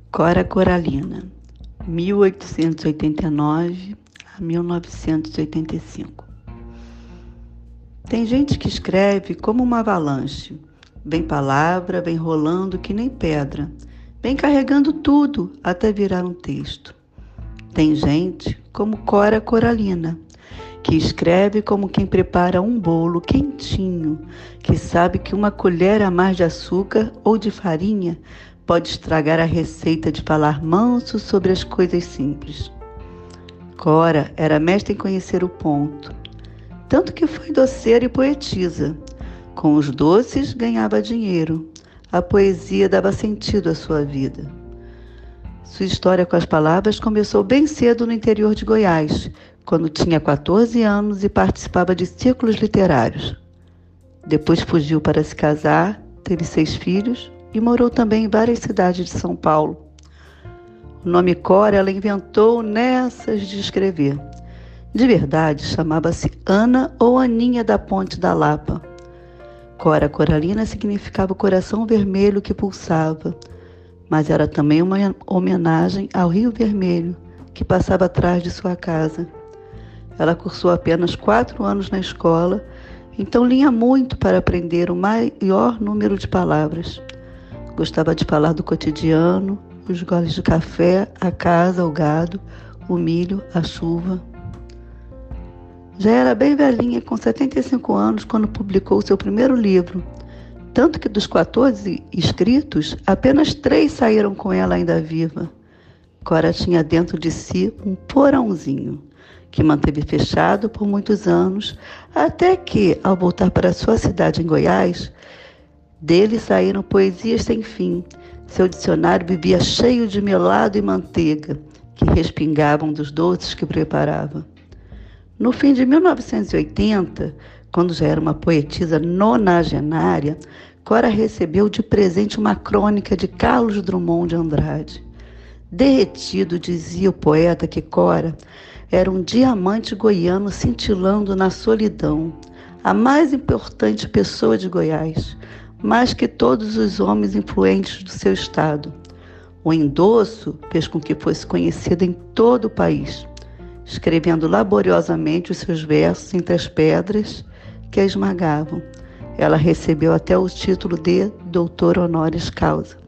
Cora Coralina, 1889 a 1985. Tem gente que escreve como uma avalanche. Vem palavra, vem rolando que nem pedra. Vem carregando tudo até virar um texto. Tem gente como Cora Coralina, que escreve como quem prepara um bolo quentinho, que sabe que uma colher a mais de açúcar ou de farinha pode estragar a receita de falar manso sobre as coisas simples. Cora era mestra em conhecer o ponto, tanto que foi doceira e poetisa. Com os doces ganhava dinheiro, a poesia dava sentido à sua vida. Sua história com as palavras começou bem cedo no interior de Goiás, quando tinha 14 anos e participava de círculos literários. Depois fugiu para se casar, teve 6 filhos e morou também em várias cidades de São Paulo. O nome Cora ela inventou nessas de escrever. De verdade, chamava-se Ana ou Aninha da Ponte da Lapa. Cora Coralina significava o coração vermelho que pulsava, mas era também uma homenagem ao Rio Vermelho, que passava atrás de sua casa. Ela cursou apenas 4 anos na escola, então lia muito para aprender o maior número de palavras. Gostava de falar do cotidiano, os goles de café, a casa, o gado, o milho, a chuva. Já era bem velhinha, com 75 anos, quando publicou seu primeiro livro. Tanto que dos 14 escritos, apenas 3 saíram com ela ainda viva. Cora tinha dentro de si um porãozinho, que manteve fechado por muitos anos, até que, ao voltar para sua cidade em Goiás, dele saíram poesias sem fim. Seu dicionário vivia cheio de melado e manteiga, que respingavam dos doces que preparava. No fim de 1980, quando já era uma poetisa nonagenária, Cora recebeu de presente uma crônica de Carlos Drummond de Andrade. Derretido, dizia o poeta que Cora era um diamante goiano cintilando na solidão, a mais importante pessoa de Goiás, mais que todos os homens influentes do seu estado. O endosso fez com que fosse conhecida em todo o país, escrevendo laboriosamente os seus versos entre as pedras que a esmagavam. Ela recebeu até o título de doutor honoris causa.